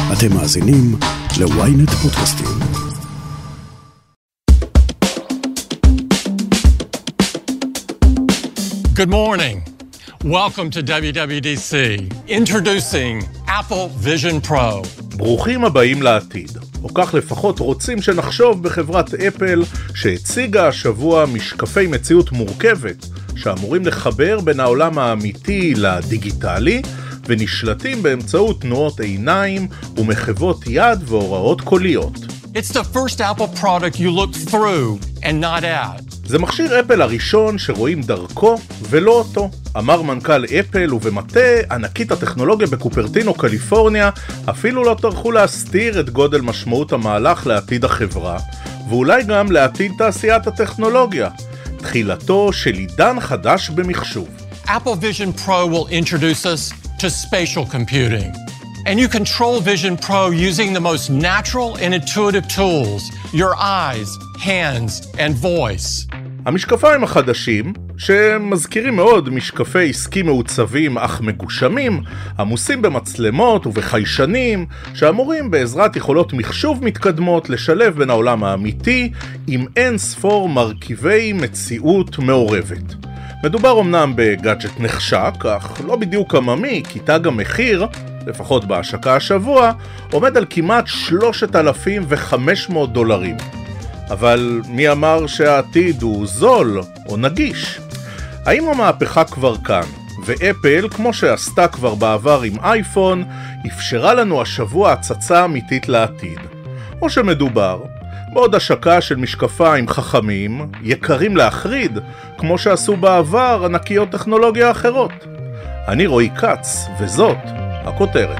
אתם מאזינים ל-ynet פודקאסטים. Good morning. Welcome to WWDC. Introducing Apple Vision Pro. ברוכים הבאים לעתיד, או כך לפחות רוצים שנחשוב בחברת אפל שהציגה השבוע משקפי מציאות מורכבת שאמורים לחבר בין העולם האמיתי לדיגיטלי ונשלטים באמצעות תנועות עיניים ומחוות יד והוראות קוליות. It's the first Apple product you look through and not at. זה מכשיר אפל הראשון שרואים דרכו ולא אותו, אמר מנכ"ל אפל, ובמטה ענקית הטכנולוגיה בקופרטינו, קליפורניה, אפילו לא טרחו להסתיר את גודל משמעות המהלך לעתיד החברה, ואולי גם לעתיד תעשיית הטכנולוגיה, תחילתו של עידן חדש במחשוב. Apple Vision Pro will introduce us to spatial computing. And you control Vision Pro using the most natural and intuitive tools, your eyes, hands, and voice. המשקפיים החדשים, שמזכירים מאוד משקפי עסקי מעוצבים אך מגושמים, עמוסים במצלמות ובחיישנים, שאמורים בעזרת יכולות מחשוב מתקדמות לשלב בין העולם האמיתי עם אין ספור מרכיבי מציאות מעורבת. מדובר אמנם בגאדג'ט נחשק, אך לא בדיוק עממי, כי תג המחיר, לפחות בהשקה השבוע, עומד על כמעט $3,500. אבל מי אמר שהעתיד הוא זול או נגיש? האם המהפכה כבר כאן, ואפל, כמו שעשתה כבר בעבר עם אייפון, אפשרה לנו השבוע הצצה אמיתית לעתיד? או שמדובר בעוד השקה של משקפיים חכמים, יקרים להחריד, כמו שעשו בעבר ענקיות טכנולוגיה אחרות? אני רועי קץ, וזאת הכותרת.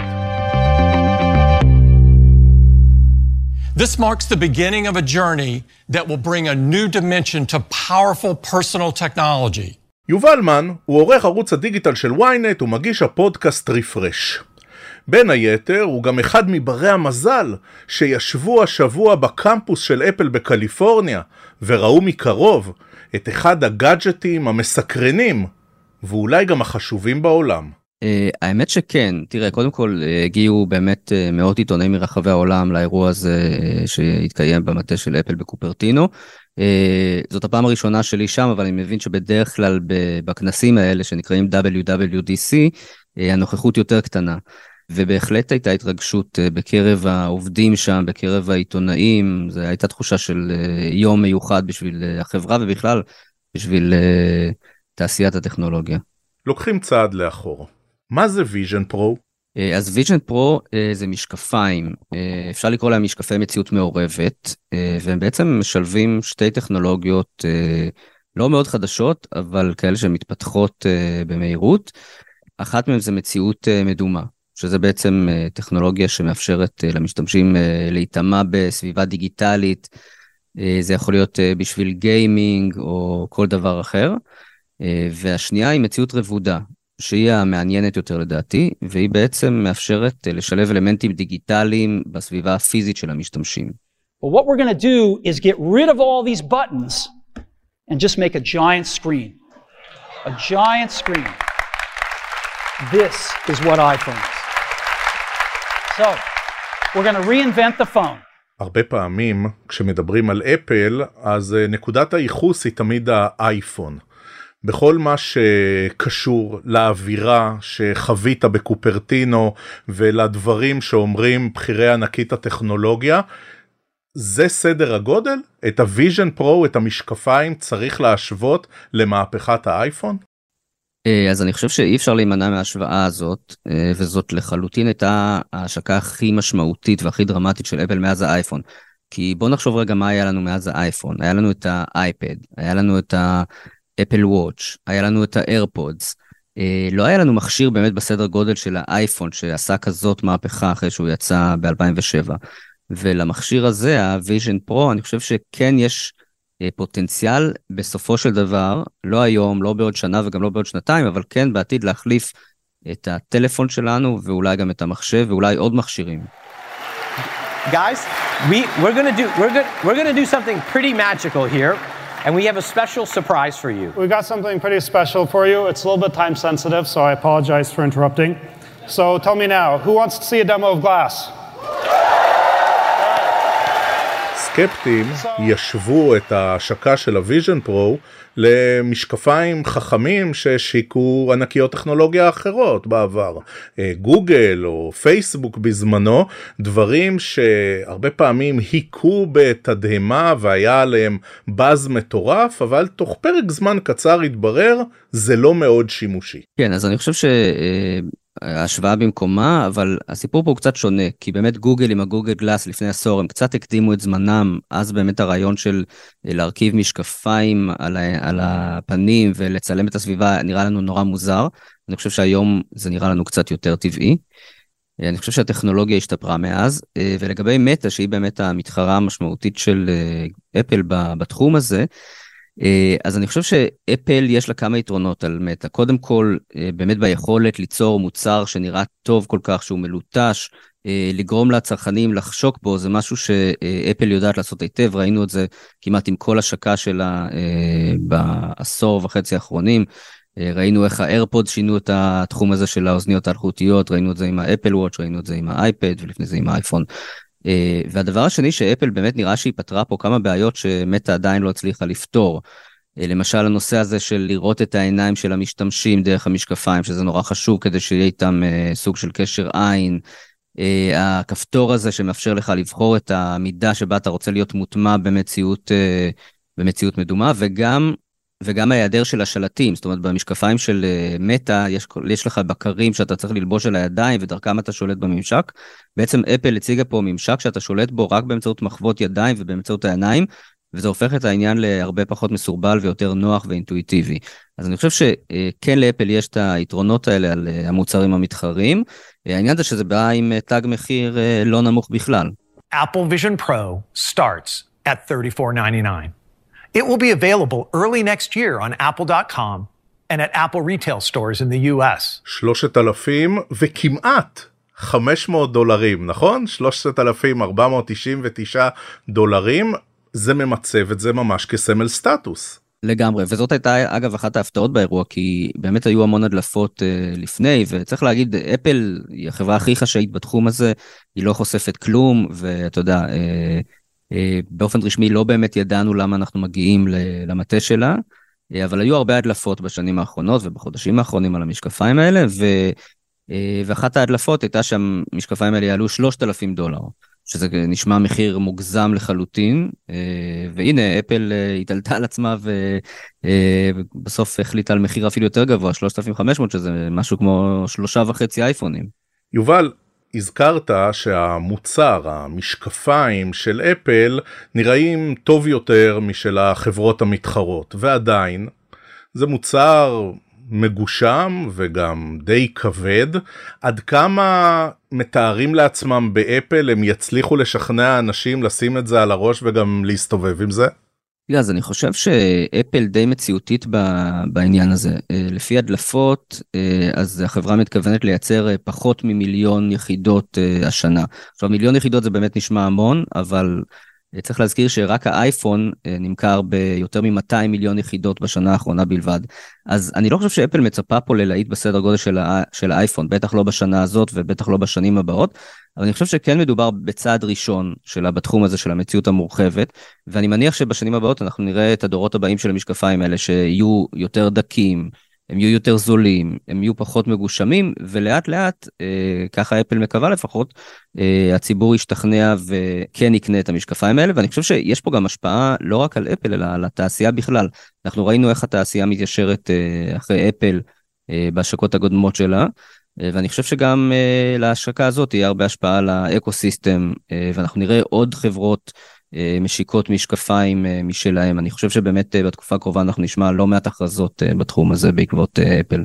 This marks the beginning of a journey that will bring a new dimension to powerful personal technology. יובל מן הוא עורך ערוץ הדיגיטל של ynet ומגיש הפודקאסט ריפרש. בין היתר הוא גם אחד מברי המזל שישבו השבוע בקמפוס של אפל בקליפורניה וראו מקרוב את אחד הגאדג'טים המסקרנים ואולי גם החשובים בעולם. האמת שכן, תראה, קודם כל הגיעו באמת מאות עיתונאים מרחבי העולם לאירוע הזה שהתקיים במטה של אפל בקופרטינו. זאת הפעם הראשונה שלי שם, אבל אני מבין שבדרך כלל בכנסים האלה שנקראים WWDC, הנוכחות יותר קטנה. ובהחלט הייתה התרגשות בקרב העובדים שם, בקרב העיתונאים, זו הייתה תחושה של יום מיוחד בשביל החברה ובכלל בשביל תעשיית הטכנולוגיה. לוקחים צעד לאחור. מה זה ויז'ן פרו? אז ויז'ן פרו זה משקפיים, אפשר לקרוא להם משקפי מציאות מעורבת, והם בעצם משלבים שתי טכנולוגיות לא מאוד חדשות, אבל כאלה שמתפתחות במהירות. אחת מהן זה מציאות מדומה, שזה בעצם טכנולוגיה שמאפשרת למשתמשים להתאמה בסביבה דיגיטלית, זה יכול להיות בשביל גיימינג או כל דבר אחר. והשנייה היא מציאות רבודה, שהיא המעניינת יותר לדעתי, והיא בעצם מאפשרת לשלב אלמנטים דיגיטליים בסביבה הפיזית של המשתמשים. Well, what we're going to do is get rid of all these buttons and just make a giant screen. A giant screen. This is what iPhone is. So, we're going to reinvent the phone. הרבה פעמים כשמדברים על אפל, אז נקודת הייחוס היא תמיד האייפון. בכל מה שקשור לאווירה שחווית בקופרטינו ולדברים שאומרים בחירי ענקית הטכנולוגיה, זה סדר הגודל? את הוויז'ן פרו, את המשקפיים, צריך להשוות למהפכת האייפון? אז אני חושב שאי אפשר להימנע מההשוואה הזאת, וזאת לחלוטין הייתה ההשקה הכי משמעותית והכי דרמטית של אפל מאז האייפון. כי בוא נחשוב רגע מה היה לנו מאז האייפון. היה לנו את האייפד, היה לנו את אפל וואץ', היה לנו את האיירפודס, לא היה לנו מכשיר באמת בסדר גודל של האייפון שעשה כזאת מהפכה אחרי שהוא יצא ב-2007, ולמכשיר הזה, הוויז'ן פרו, אני חושב שכן יש פוטנציאל בסופו של דבר, לא היום, לא בעוד שנה וגם לא בעוד שנתיים, אבל כן בעתיד להחליף את הטלפון שלנו ואולי גם את המחשב ואולי עוד מכשירים. Guys, we're going to do something pretty magical here. And we have a special surprise for you. We got something pretty special for you. It's a little bit time sensitive, so I apologize for interrupting. So tell me now, who wants to see a demo of glass? סקפטיים ישבו את ההשקה של הוויז'ן פרו למשקפיים חכמים שהשיקו ענקיות טכנולוגיה אחרות בעבר, גוגל או פייסבוק בזמנו, דברים שהרבה פעמים היכו בתדהמה והיה עליהם באז מטורף, אבל תוך פרק זמן קצר התברר זה לא מאוד שימושי. כן, אז אני חושב ההשוואה במקומה, אבל הסיפור פה הוא קצת שונה, כי באמת גוגל עם הגוגל גלאס לפני עשור, הם קצת הקדימו את זמנם, אז באמת הרעיון של להרכיב משקפיים על הפנים ולצלם את הסביבה נראה לנו נורא מוזר, אני חושב שהיום זה נראה לנו קצת יותר טבעי, אני חושב שהטכנולוגיה השתפרה מאז, ולגבי מטה, שהיא באמת המתחרה המשמעותית של אפל בתחום הזה, אז אני חושב שאפל יש לה כמה יתרונות על מטה. קודם כל, באמת ביכולת ליצור מוצר שנראה טוב כל כך, שהוא מלוטש, לגרום לצרכנים לחשוק בו, זה משהו שאפל יודעת לעשות היטב, ראינו את זה כמעט עם כל השקה שלה בעשור וחצי האחרונים, ראינו איך האיירפודס שינו את התחום הזה של האוזניות האלחוטיות, ראינו את זה עם האפל וואץ', ראינו את זה עם האייפד ולפני זה עם האייפון. והדבר השני שאפל באמת נראה שהיא פתרה פה כמה בעיות שמטה עדיין לא הצליחה לפתור. למשל הנושא הזה של לראות את העיניים של המשתמשים דרך המשקפיים, שזה נורא חשוב כדי שיהיה איתם סוג של קשר עין. הכפתור הזה שמאפשר לך לבחור את המידה שבה אתה רוצה להיות מוטמע במציאות מדומה, וגם ההיעדר של השלטים, זאת אומרת במשקפיים של מטה יש לך בקרים שאתה צריך ללבוש על הידיים ודרכם אתה שולט בממשק, בעצם אפל הציגה פה ממשק שאתה שולט בו רק באמצעות מחוות ידיים ובאמצעות העיניים, וזה הופך את העניין להרבה פחות מסורבל ויותר נוח ואינטואיטיבי. אז אני חושב שכן לאפל יש את היתרונות האלה על המוצרים המתחרים, העניין זה שזה בא עם תג מחיר לא נמוך בכלל. Apple Vision Pro starts at $34.99. It will be available early next year on apple.com and at Apple retail stores in the US. 3,000 וכמעט $500, נכון? $3,499, זה ממצב את זה ממש כסמל סטטוס. לגמרי, וזאת הייתה אגב אחת ההפתעות באירוע, כי באמת היו המון הדלפות לפני, וצריך להגיד, אפל היא החברה הכי חשאית בתחום הזה, היא לא חושפת כלום, ואתה יודע, באופן רשמי לא באמת ידענו למה אנחנו מגיעים למטה שלה, אבל היו הרבה הדלפות בשנים האחרונות ובחודשים האחרונים על המשקפיים האלה, ואחת ההדלפות הייתה שהמשקפיים האלה יעלו $3,000, שזה נשמע מחיר מוגזם לחלוטין, והנה אפל התעלתה על עצמה ובסוף החליטה על מחיר אפילו יותר גבוה, 3,500, שזה משהו כמו 3.5 אייפונים. יובל, הזכרת שהמוצר, המשקפיים של אפל נראים טוב יותר משל החברות המתחרות, ועדיין זה מוצר מגושם וגם די כבד. עד כמה מתארים לעצמם באפל הם יצליחו לשכנע אנשים לשים את זה על הראש וגם להסתובב עם זה? אז אני חושב שאפל די מציאותית בעניין הזה. לפי הדלפות, אז החברה מתכוונת לייצר פחות מ1,000,000 יחידות השנה. עכשיו, 1,000,000 יחידות זה באמת נשמע המון, אבל צריך להזכיר שרק האייפון נמכר ביותר מ200 מיליון יחידות בשנה האחרונה בלבד. אז אני לא חושב שאפל מצפה פה ללהיט בסדר גודל של האייפון, בטח לא בשנה הזאת ובטח לא בשנים הבאות, אבל אני חושב שכן מדובר בצעד ראשון שלה בתחום הזה של המציאות המורחבת, ואני מניח שבשנים הבאות אנחנו נראה את הדורות הבאים של המשקפיים האלה שיהיו יותר דקים, הם יהיו יותר זולים, הם יהיו פחות מגושמים, ולאט לאט, ככה אפל מקווה לפחות, הציבור ישתכנע וכן יקנה את המשקפיים האלה, ואני חושב שיש פה גם השפעה לא רק על אפל, אלא על התעשייה בכלל. אנחנו ראינו איך התעשייה מתיישרת אחרי אפל בהשקות הקודמות שלה, ואני חושב שגם להשקה הזאת תהיה הרבה השפעה על האקוסיסטם, ואנחנו נראה עוד חברות משיקות משקפיים משלהם. אני חושב שבאמת בתקופה הקרובה אנחנו נשמע לא מעט הכרזות בתחום הזה בעקבות אפל.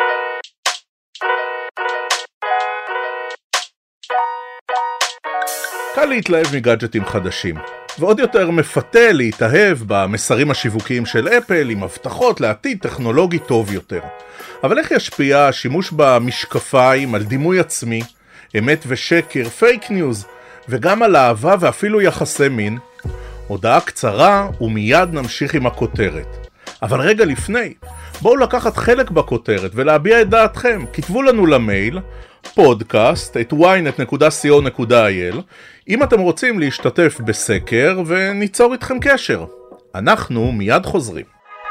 קל להתלהב מגאדג'טים חדשים, ועוד יותר מפתה להתאהב במסרים השיווקיים של אפל עם הבטחות לעתיד טכנולוגי טוב יותר. אבל איך ישפיע השימוש במשקפיים על דימוי עצמי, אמת ושקר, פייק ניוז, וגם על אהבה ואפילו יחסי מין? הודעה קצרה ומיד נמשיך עם הכותרת. אבל רגע לפני, בואו לקחת חלק בכותרת ולהביע את דעתכם. כתבו לנו למייל פודקאסט, את ynet.co.il, אם אתם רוצים להשתתף בסקר וניצור איתכם קשר. אנחנו מיד חוזרים.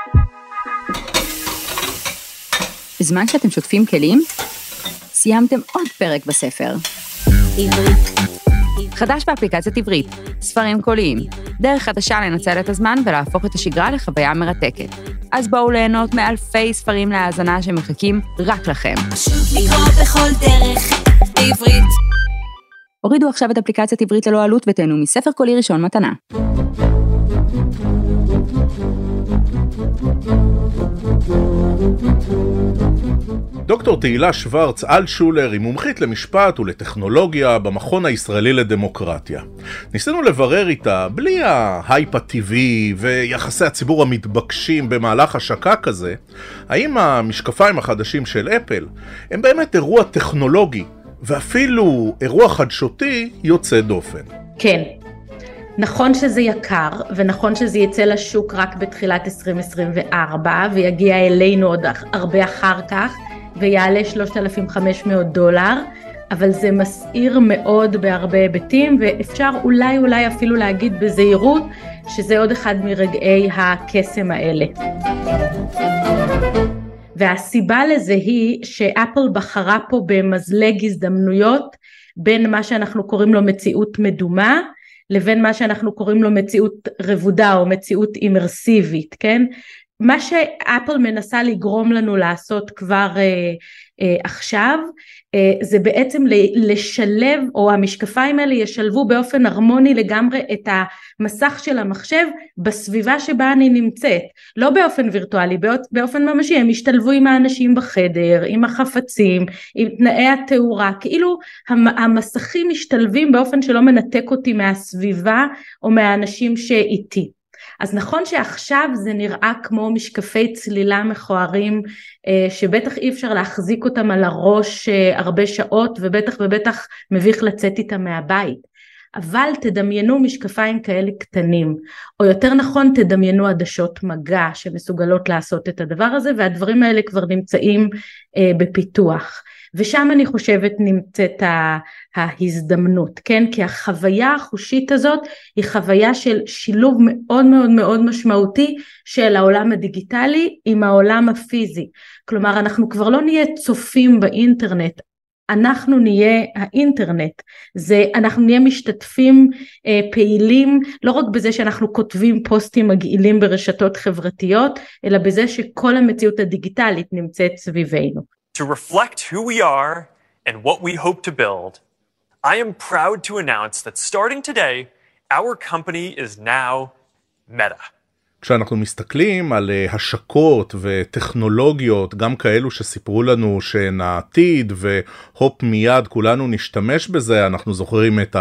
בזמן שאתם שוטפים כלים, סיימתם עוד פרק בספר. עברית. חדש באפליקציית עברית, ספרים קוליים, דרך חדשה לנצל את הזמן ולהפוך את השגרה לחוויה מרתקת. אז בואו ליהנות מאלפי ספרים להאזנה שמחכים רק לכם. פשוט לקרוא בכל דרך, בעברית. הורידו עכשיו את אפליקציית עברית ללא עלות ותהנו מספר קולי ראשון מתנה. דוקטור תהילה שוורץ אלשולר היא מומחית למשפט ולטכנולוגיה במכון הישראלי לדמוקרטיה. ניסינו לברר איתה, בלי ההייפ הטבעי ויחסי הציבור המתבקשים במהלך השקה כזה, האם המשקפיים החדשים של אפל הם באמת אירוע טכנולוגי ואפילו אירוע חדשותי יוצא דופן? כן. נכון שזה יקר, ונכון שזה יצא לשוק רק בתחילת 2024, ויגיע אלינו עוד הרבה אחר כך, ויעלה $3,500, אבל זה מסעיר מאוד בהרבה היבטים, ואפשר אולי אפילו להגיד בזהירות, שזה עוד אחד מרגעי הקסם האלה. והסיבה לזה היא שאפל בחרה פה במזלג הזדמנויות, בין מה שאנחנו קוראים לו מציאות מדומה, לבין מה שאנחנו קוראים לו מציאות רבודה או מציאות אימרסיבית, כן? מה שאפל מנסה לגרום לנו לעשות כבר עכשיו, זה בעצם לשלב, או המשקפיים האלה ישלבו באופן הרמוני לגמרי את המסך של המחשב בסביבה שבה אני נמצאת, לא באופן וירטואלי, באופן ממשי, הם ישתלבו עם האנשים בחדר, עם החפצים, עם תנאי התאורה, כאילו המסכים משתלבים באופן שלא מנתק אותי מהסביבה או מהאנשים שאיתי. אז נכון שעכשיו זה נראה כמו משקפי צלילה מכוערים, שבטח אי אפשר להחזיק אותם על הראש הרבה שעות, ובטח מביך לצאת איתם מהבית. אבל תדמיינו משקפיים כאלה קטנים, או יותר נכון תדמיינו עדשות מגע שמסוגלות לעשות את הדבר הזה, והדברים האלה כבר נמצאים בפיתוח. ושם אני חושבת נמצאת ההזדמנות, כן? כי החוויה החושית הזאת היא חוויה של שילוב מאוד מאוד מאוד משמעותי של העולם הדיגיטלי עם העולם הפיזי. כלומר, אנחנו כבר לא נהיה צופים באינטרנט, אנחנו נהיה האינטרנט, אנחנו נהיה משתתפים פעילים, לא רק בזה שאנחנו כותבים פוסטים מגעילים ברשתות חברתיות, אלא בזה שכל המציאות הדיגיטלית נמצאת סביבנו. To reflect who we are and what we hope to build, I am proud to announce that starting today, our company is now Meta. כשאנחנו מסתכלים על השקות וטכנולוגיות, גם כאלו שסיפרו לנו שהן העתיד, והופ מיד כולנו נשתמש בזה, אנחנו זוכרים את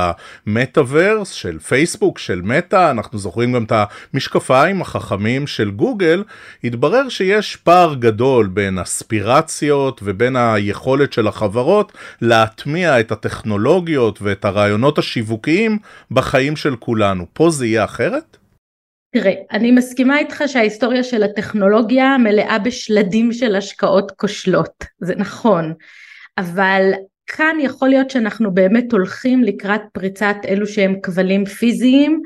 המטאברס של פייסבוק, של מטא, אנחנו זוכרים גם את המשקפיים החכמים של גוגל, התברר שיש פער גדול בין אספירציות ובין היכולת של החברות להטמיע את הטכנולוגיות ואת הרעיונות השיווקיים בחיים של כולנו. פה זה יהיה אחרת? תראה, אני מסכימה איתך שההיסטוריה של הטכנולוגיה מלאה בשלדים של השקעות כושלות, זה נכון, אבל כאן יכול להיות שאנחנו באמת הולכים לקראת פריצת אלו שהם כבלים פיזיים,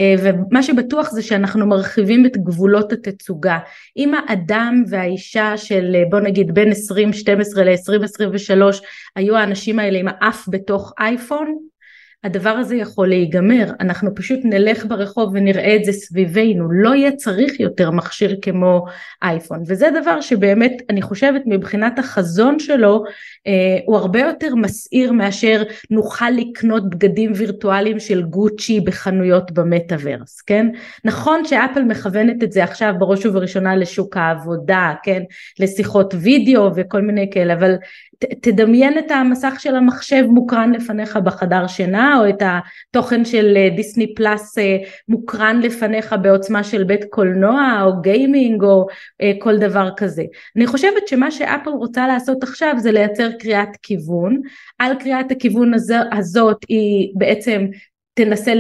ומה שבטוח זה שאנחנו מרחיבים את גבולות התצוגה. אם האדם והאישה של בוא נגיד בין 2012 ל-2023 היו האנשים האלה עם האף בתוך אייפון, הדבר הזה יכול להיגמר, אנחנו פשוט נלך ברחוב ונראה את זה סביבנו, לא יהיה צריך יותר מכשיר כמו אייפון, וזה דבר שבאמת אני חושבת מבחינת החזון שלו, הוא הרבה יותר מסעיר מאשר נוכל לקנות בגדים וירטואליים של גוצ'י בחנויות במטאברס, כן? נכון שאפל מכוונת את זה עכשיו בראש ובראשונה לשוק העבודה, כן? לשיחות וידאו וכל מיני כאלה, אבל תדמיין את המסך של המחשב מוקרן לפניך בחדר שינה, או את התוכן של דיסני פלאס מוקרן לפניך בעוצמה של בית קולנוע, או גיימינג, או כל דבר כזה. אני חושבת שמה שאפל רוצה לעשות עכשיו, זה לייצר קריאת כיוון. על קריאת הכיוון הזאת, היא בעצם תנסה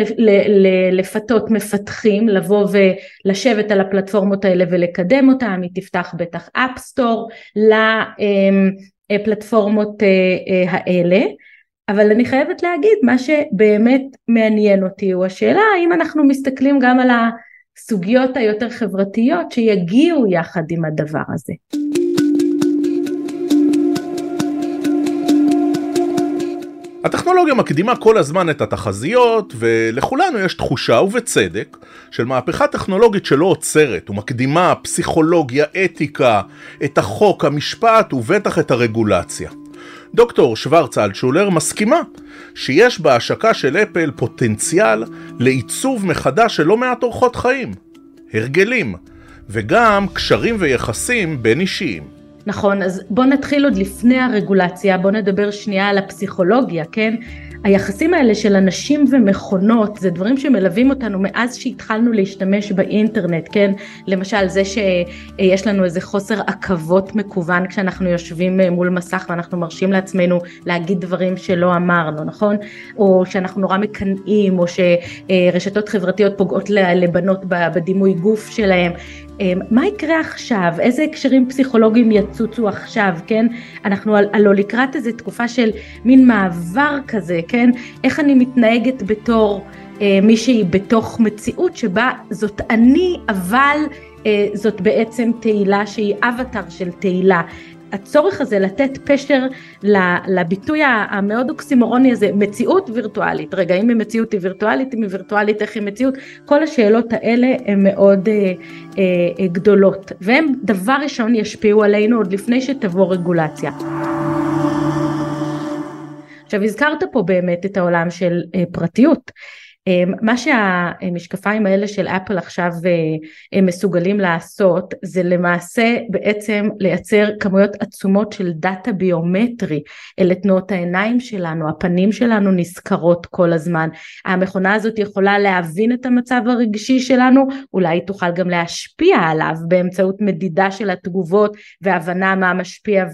לפתות מפתחים, לבוא ולשבת על הפלטפורמות האלה ולקדם אותם, היא תפתח בטח אפסטור הפלטפורמות האלה, אבל אני חייבת להגיד, מה שבאמת מעניין אותי הוא השאלה, האם אנחנו מסתכלים גם על הסוגיות היותר חברתיות שיגיעו יחד עם הדבר הזה. הטכנולוגיה מקדימה כל הזמן את התחזיות, ולכולנו יש תחושה ובצדק של מהפכה טכנולוגית שלא עוצרת, ומקדימה פסיכולוגיה, אתיקה, את החוק, המשפט ובטח את הרגולציה. דוקטור שוורץ אלטשולר מסכימה שיש בהשקה של אפל פוטנציאל לעיצוב מחדש של לא מעט אורחות חיים, הרגלים, וגם קשרים ויחסים בין אישיים. נכון, אז בוא נתחיל עוד לפני הרגולציה, בוא נדבר שנייה על הפסיכולוגיה, כן? היחסים האלה של אנשים ומכונות, זה דברים שמלווים אותנו מאז שהתחלנו להשתמש באינטרנט, כן? למשל, זה שיש לנו איזה חוסר עקבות מקוון כשאנחנו יושבים מול מסך ואנחנו מרשים לעצמנו להגיד דברים שלא אמרנו, נכון? או שאנחנו נורא מקנאים, או שרשתות חברתיות פוגעות לבנות בדימוי גוף שלהם. מה יקרה עכשיו? איזה הקשרים פסיכולוגיים יצוצו עכשיו, כן? אנחנו הלא לקראת איזו תקופה של מין מעבר כזה, כן? איך אני מתנהגת בתור מישהי בתוך מציאות שבה זאת אני, אבל זאת בעצם תהילה שהיא אבטר של תהילה. הצורך הזה לתת פשר לביטוי המאוד אוקסימורוני הזה, מציאות וירטואלית. רגע, אם המציאות היא וירטואלית, אם היא וירטואלית, איך היא מציאות? כל השאלות האלה הן מאוד גדולות, והן דבר ראשון ישפיעו עלינו עוד לפני שתבוא רגולציה. עכשיו, הזכרת פה באמת את העולם של פרטיות. מה שהמשקפיים האלה של אפל עכשיו מסוגלים לעשות, זה למעשה בעצם לייצר כמויות עצומות של דאטה ביומטרי, אלה תנועות העיניים שלנו, הפנים שלנו נזכרות כל הזמן, המכונה הזאת יכולה להבין את המצב הרגשי שלנו, אולי תוכל גם להשפיע עליו באמצעות מדידה של התגובות, והבנה מה משפיע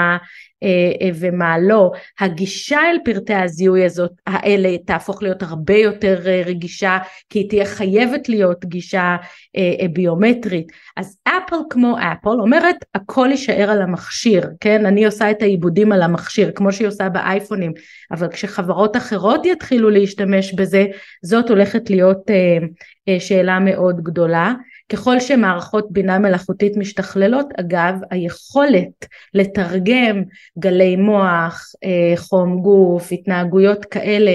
ומה לא. הגישה אל פרטי הזיהוי האלה תהפוך להיות הרבה יותר רגישה, כי היא תהיה חייבת להיות גישה ביומטרית. אז אפל כמו אפל אומרת, הכל יישאר על המכשיר, כן? אני עושה את העיבודים על המכשיר, כמו שהיא עושה באייפונים, אבל כשחברות אחרות יתחילו להשתמש בזה, זאת הולכת להיות שאלה מאוד גדולה. ככל שמערכות בינה מלאכותית משתכללות, אגב, היכולת לתרגם גלי מוח, חום גוף, התנהגויות כאלה,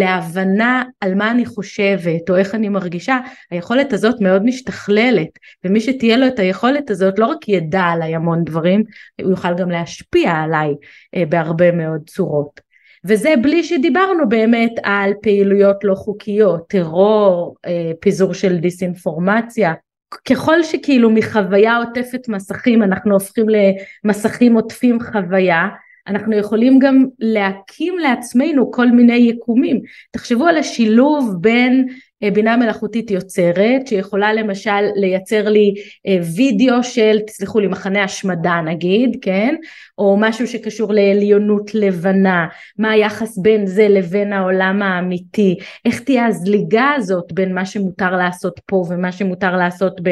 להבנה על מה אני חושבת או איך אני מרגישה, היכולת הזאת מאוד משתכללת, ומי שתהיה לו את היכולת הזאת לא רק ידע עליי המון דברים, הוא יוכל גם להשפיע עליי בהרבה מאוד צורות. וזה בלי שדיברנו באמת על פעילויות לא חוקיות, טרור, פיזור של דיסאינפורמציה. ככל שכאילו מחוויה עוטפת מסכים, אנחנו הופכים למסכים עוטפים חוויה, אנחנו יכולים גם להקים לעצמנו כל מיני יקומים. תחשבו על השילוב בין בינה מלאכותית יוצרת, שיכולה למשל לייצר לי וידאו של, תסלחו לי, מחנה השמדה נגיד, כן? או משהו שקשור לעליונות לבנה, מה היחס בין זה לבין העולם האמיתי, איך תהיה הזליגה הזאת בין מה שמותר לעשות פה ומה שמותר לעשות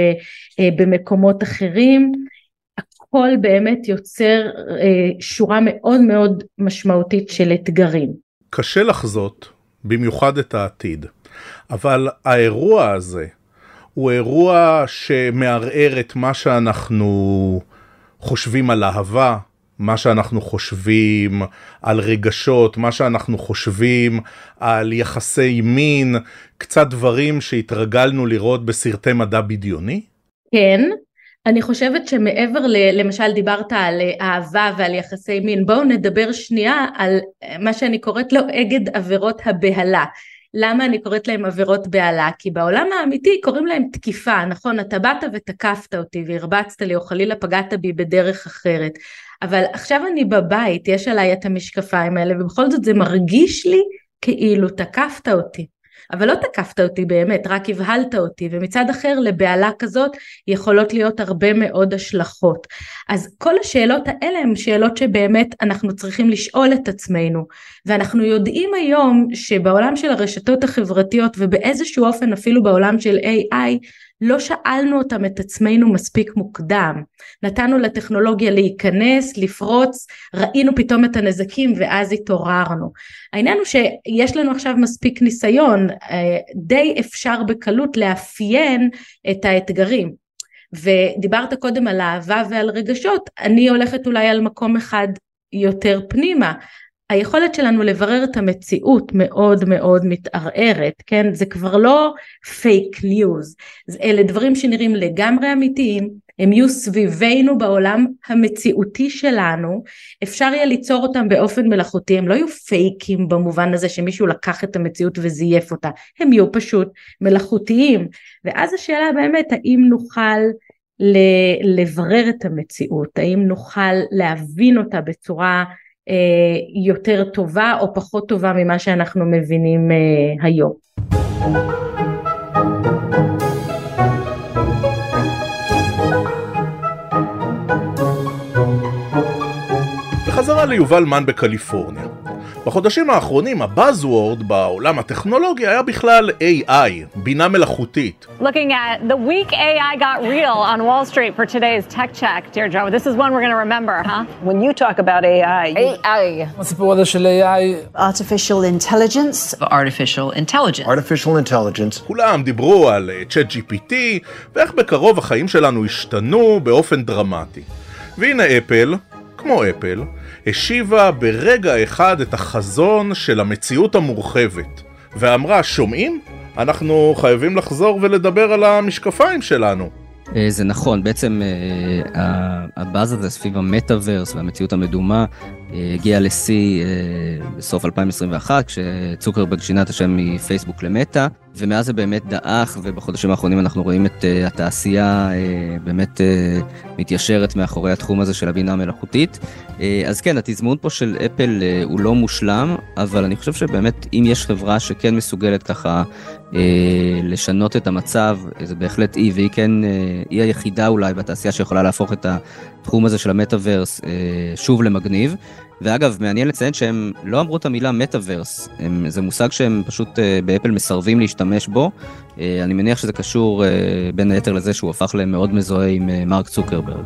במקומות אחרים, הכל באמת יוצר שורה מאוד מאוד משמעותית של אתגרים. קשה לחזות, במיוחד את העתיד. אבל האירוע הזה הוא אירוע שמערער את מה שאנחנו חושבים על אהבה, מה שאנחנו חושבים על רגשות, מה שאנחנו חושבים על יחסי מין, קצת דברים שהתרגלנו לראות בסרטי מדע בדיוני? כן, אני חושבת שמעבר למשל דיברת על אהבה ועל יחסי מין, בואו נדבר שנייה על מה שאני קוראת לו אגד עבירות הבהלה. למה אני קוראת להם עבירות בהלה? כי בעולם האמיתי קוראים להם תקיפה, נכון? אתה באת ותקפת אותי והרבצת לי או חלילה פגעת בי בדרך אחרת, אבל עכשיו אני בבית, יש עליי את המשקפיים האלה, ובכל זאת זה מרגיש לי כאילו תקפת אותי. אבל לא תקפת אותי באמת, רק הבהלת אותי, ומצד אחר לבעלה כזאת יכולות להיות הרבה מאוד השלכות. אז כל השאלות האלה הן שאלות שבאמת אנחנו צריכים לשאול את עצמנו, ואנחנו יודעים היום שבעולם של הרשתות החברתיות, ובאיזשהו אופן אפילו בעולם של AI, לא שאלנו אותם את עצמנו מספיק מוקדם, נתנו לטכנולוגיה להיכנס, לפרוץ, ראינו פתאום את הנזקים ואז התעוררנו. העניין הוא שיש לנו עכשיו מספיק ניסיון, די אפשר בקלות לאפיין את האתגרים, ודיברת קודם על אהבה ועל רגשות, אני הולכת אולי על מקום אחד יותר פנימה, היכולת שלנו לברר את המציאות מאוד מאוד מתערערת, כן? זה כבר לא פייק ניוז, אלה דברים שנראים לגמרי אמיתיים, הם יהיו סביבנו בעולם המציאותי שלנו, אפשר יהיה ליצור אותם באופן מלאכותי, הם לא יהיו פייקים במובן הזה שמישהו לקח את המציאות וזייף אותה, הם יהיו פשוט מלאכותיים, ואז השאלה באמת האם נוכל לברר את המציאות, האם נוכל להבין אותה בצורה יותר טובה או פחות טובה ממה שאנחנו מבינים היום. בחזרה ליובל מן בקליפורניה. בחודשים האחרונים הבאזוורד בעולם הטכנולוגי היה בכלל AI, בינה מלאכותית. Looking at the week AI got real on Wall Street for today's tech check, dear Joe. This is one we're going to remember, huh? When you talk about AI. AI. הסיפור הזה של AI. Artificial intelligence. Artificial intelligence. Artificial intelligence. כולם דיברו על ChatGPT, ואיך בקרוב החיים שלנו השתנו באופן דרמטי. והנה אפל, כמו אפל, השיבה ברגע אחד את החזון של המציאות המורחבת, ואמרה, שומעים? אנחנו חייבים לחזור ולדבר על המשקפיים שלנו. זה נכון, בעצם הבאז הזה סביב המטאברס והמציאות המדומה הגיע לשיא בסוף 2021, כשצוקרברג שינה את השם מפייסבוק למטה, ומאז זה באמת דאח, ובחודשים האחרונים אנחנו רואים את התעשייה באמת מתיישרת מאחורי התחום הזה של הבינה המלאכותית. אז כן, התזמון פה של אפל הוא לא מושלם, אבל אני חושב שבאמת אם יש חברה שכן מסוגלת ככה לשנות את המצב, זה בהחלט היא, והיא כן, היא היחידה אולי בתעשייה שיכולה להפוך את התחום הזה של המטאברס שוב למגניב. ואגב, מעניין לציין שהם לא אמרו את המילה מטאברס, זה מושג שהם פשוט באפל מסרבים להשתמש בו, אני מניח שזה קשור בין היתר לזה שהוא הפך למאוד מזוהה עם מרק צוקרברג.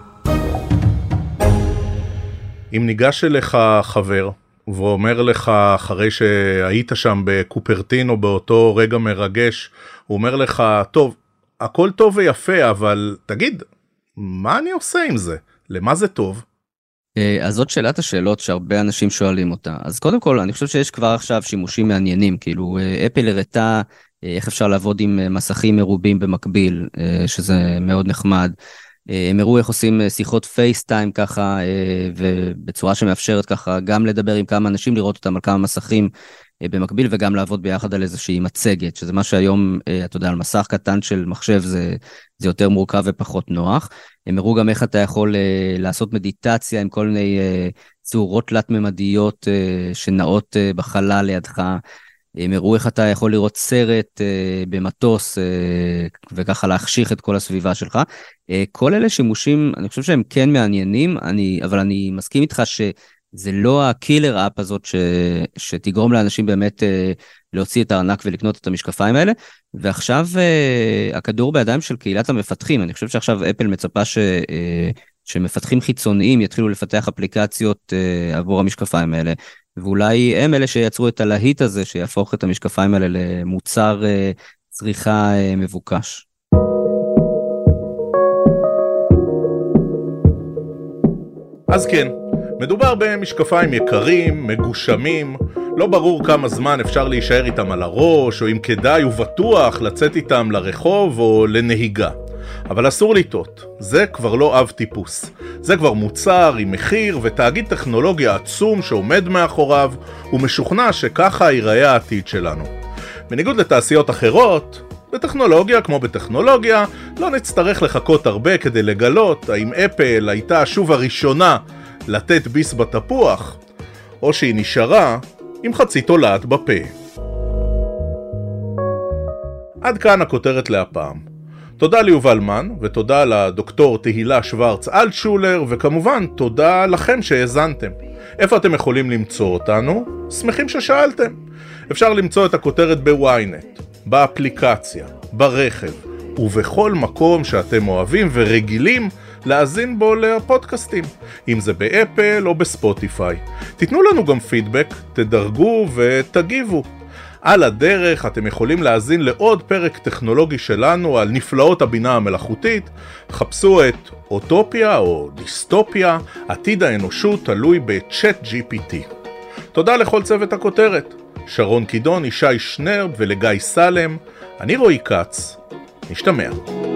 אם ניגש אליך חבר, ואומר לך אחרי שהיית שם בקופרטינו באותו רגע מרגש, הוא אומר לך, טוב, הכל טוב ויפה, אבל תגיד, מה אני עושה עם זה? למה זה טוב? אז זאת שאלת השאלות שהרבה אנשים שואלים אותה. אז קודם כל, אני חושב שיש כבר עכשיו שימושים מעניינים, כאילו אפל הראתה איך אפשר לעבוד עם מסכים מרובים במקביל, שזה מאוד נחמד. הם הראו איך עושים שיחות פייסטיים ככה, ובצורה שמאפשרת ככה גם לדבר עם כמה אנשים, לראות אותם על כמה מסכים במקביל, וגם לעבוד ביחד על איזושהי מצגת, שזה מה שהיום, אתה יודע, על מסך קטן של מחשב זה יותר מורכב ופחות נוח. הם הראו גם איך אתה יכול לעשות מדיטציה עם כל מיני צורות תלת-ממדיות שנעות בחלל לידך. הם הראו איך אתה יכול לראות סרט במטוס וככה להחשיך את כל הסביבה שלך. כל אלה שימושים, אני חושב שהם כן מעניינים, אבל אני מסכים איתך שזה לא הקילר אפ הזאת שתגרום לאנשים באמת להוציא את הארנק ולקנות את המשקפיים האלה, ועכשיו הכדור בידיים של קהילת המפתחים. אני חושב שעכשיו אפל מצפה שמפתחים חיצוניים יתחילו לפתח אפליקציות עבור המשקפיים האלה, ואולי הם אלה שיצרו את הלהיט הזה, שיהפוך את המשקפיים האלה למוצר צריכה מבוקש. אז כן, מדובר במשקפיים יקרים, מגושמים, לא ברור כמה זמן אפשר להישאר איתם על הראש, או אם כדאי ובטוח לצאת איתם לרחוב או לנהיגה. אבל אסור לטעות, זה כבר לא אב טיפוס. זה כבר מוצר עם מחיר ותאגיד טכנולוגיה עצום שעומד מאחוריו, ומשוכנע שככה ייראה העתיד שלנו. בניגוד לתעשיות אחרות, בטכנולוגיה כמו בטכנולוגיה, לא נצטרך לחכות הרבה כדי לגלות האם אפל הייתה שוב הראשונה לתת ביס בתפוח, או שהיא נשארה עם חצי תולעת בפה. עד כאן הכותרת להפעם. תודה ליובל מן, ותודה לדוקטור תהילה שוורץ אלטשולר, וכמובן תודה לכם שהאזנתם. איפה אתם יכולים למצוא אותנו? שמחים ששאלתם. אפשר למצוא את הכותרת בוויינט, באפליקציה, ברכב, ובכל מקום שאתם אוהבים ורגילים להאזין בו לפודקאסטים, אם זה באפל או בספוטיפיי. תיתנו לנו גם פידבק, תדרגו ותגיבו. על הדרך אתם יכולים להאזין לעוד פרק טכנולוגי שלנו על נפלאות הבינה המלאכותית. חפשו את אוטופיה או דיסטופיה, עתיד האנושות תלוי בצ'אט GPT. תודה לכל צוות הכותרת, שרון קידון, ישי שנר ולגיא סלם. אני רועי קץ, נשתמע.